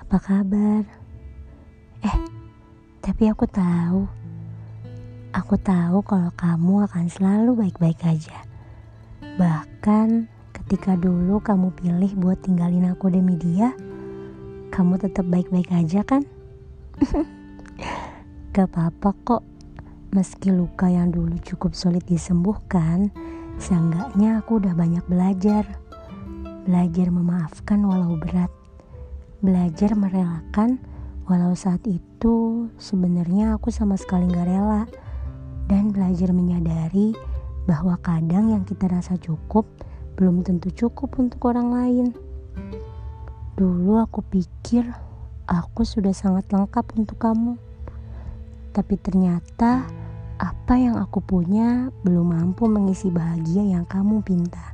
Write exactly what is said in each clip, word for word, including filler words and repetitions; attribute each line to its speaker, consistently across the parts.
Speaker 1: apa kabar? Eh, tapi aku tahu, aku tahu kalau kamu akan selalu baik-baik aja. Bahkan ketika dulu kamu pilih buat tinggalin aku demi dia, kamu tetap baik-baik aja kan? Gak apa-apa kok, meski luka yang dulu cukup sulit disembuhkan, seenggaknya aku udah banyak belajar. Belajar memaafkan walau berat. Belajar merelakan walau saat itu sebenarnya aku sama sekali gak rela. Dan belajar menyadari bahwa kadang yang kita rasa cukup belum tentu cukup untuk orang lain. Dulu aku pikir aku sudah sangat lengkap untuk kamu. Tapi ternyata apa yang aku punya belum mampu mengisi bahagia yang kamu pinta.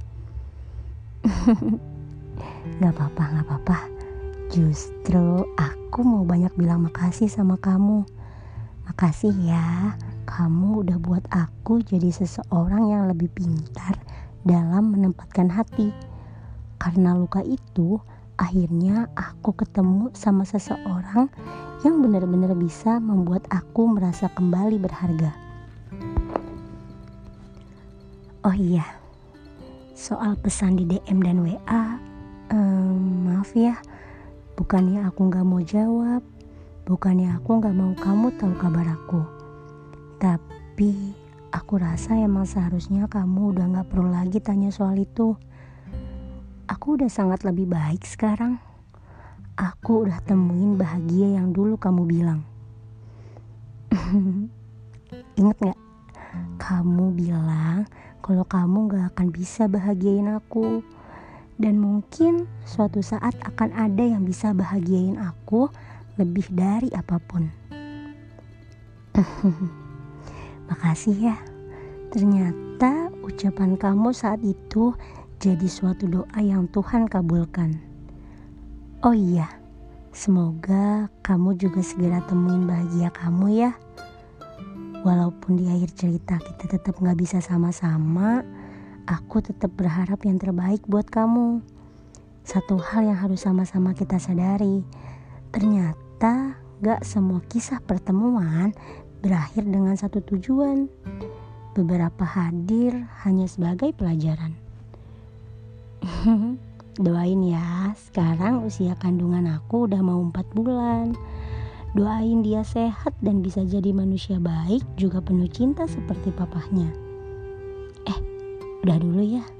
Speaker 1: Gak apa-apa, gak apa-apa. Justru aku mau banyak bilang makasih sama kamu. Makasih ya, kamu udah buat aku jadi seseorang yang lebih pintar dalam menempatkan hati. Karena luka itu, akhirnya aku ketemu sama seseorang yang benar-benar bisa membuat aku merasa kembali berharga. Oh iya, soal pesan di D M dan W A, um, maaf ya, bukannya aku gak mau jawab, bukannya aku gak mau kamu tahu kabar aku. Tapi aku rasa emang seharusnya kamu udah gak perlu lagi tanya soal itu. Aku udah sangat lebih baik sekarang. Aku udah temuin bahagia yang dulu kamu bilang. Ingat gak? Kamu bilang kalau kamu gak akan bisa bahagiain aku. Dan mungkin suatu saat akan ada yang bisa bahagiain aku lebih dari apapun. Makasih ya. Ternyata ucapan kamu saat itu jadi suatu doa yang Tuhan kabulkan. Oh iya, semoga kamu juga segera temuin bahagia kamu ya. Walaupun di akhir cerita kita tetap gak bisa sama-sama, aku tetap berharap yang terbaik buat kamu. Satu hal yang harus sama-sama kita sadari, ternyata gak semua kisah pertemuan berakhir dengan satu tujuan. Beberapa hadir hanya sebagai pelajaran. Doain ya, sekarang usia kandungan aku udah mau empat bulan. Doain dia sehat dan bisa jadi manusia baik, juga penuh cinta seperti papahnya. Eh, udah dulu ya.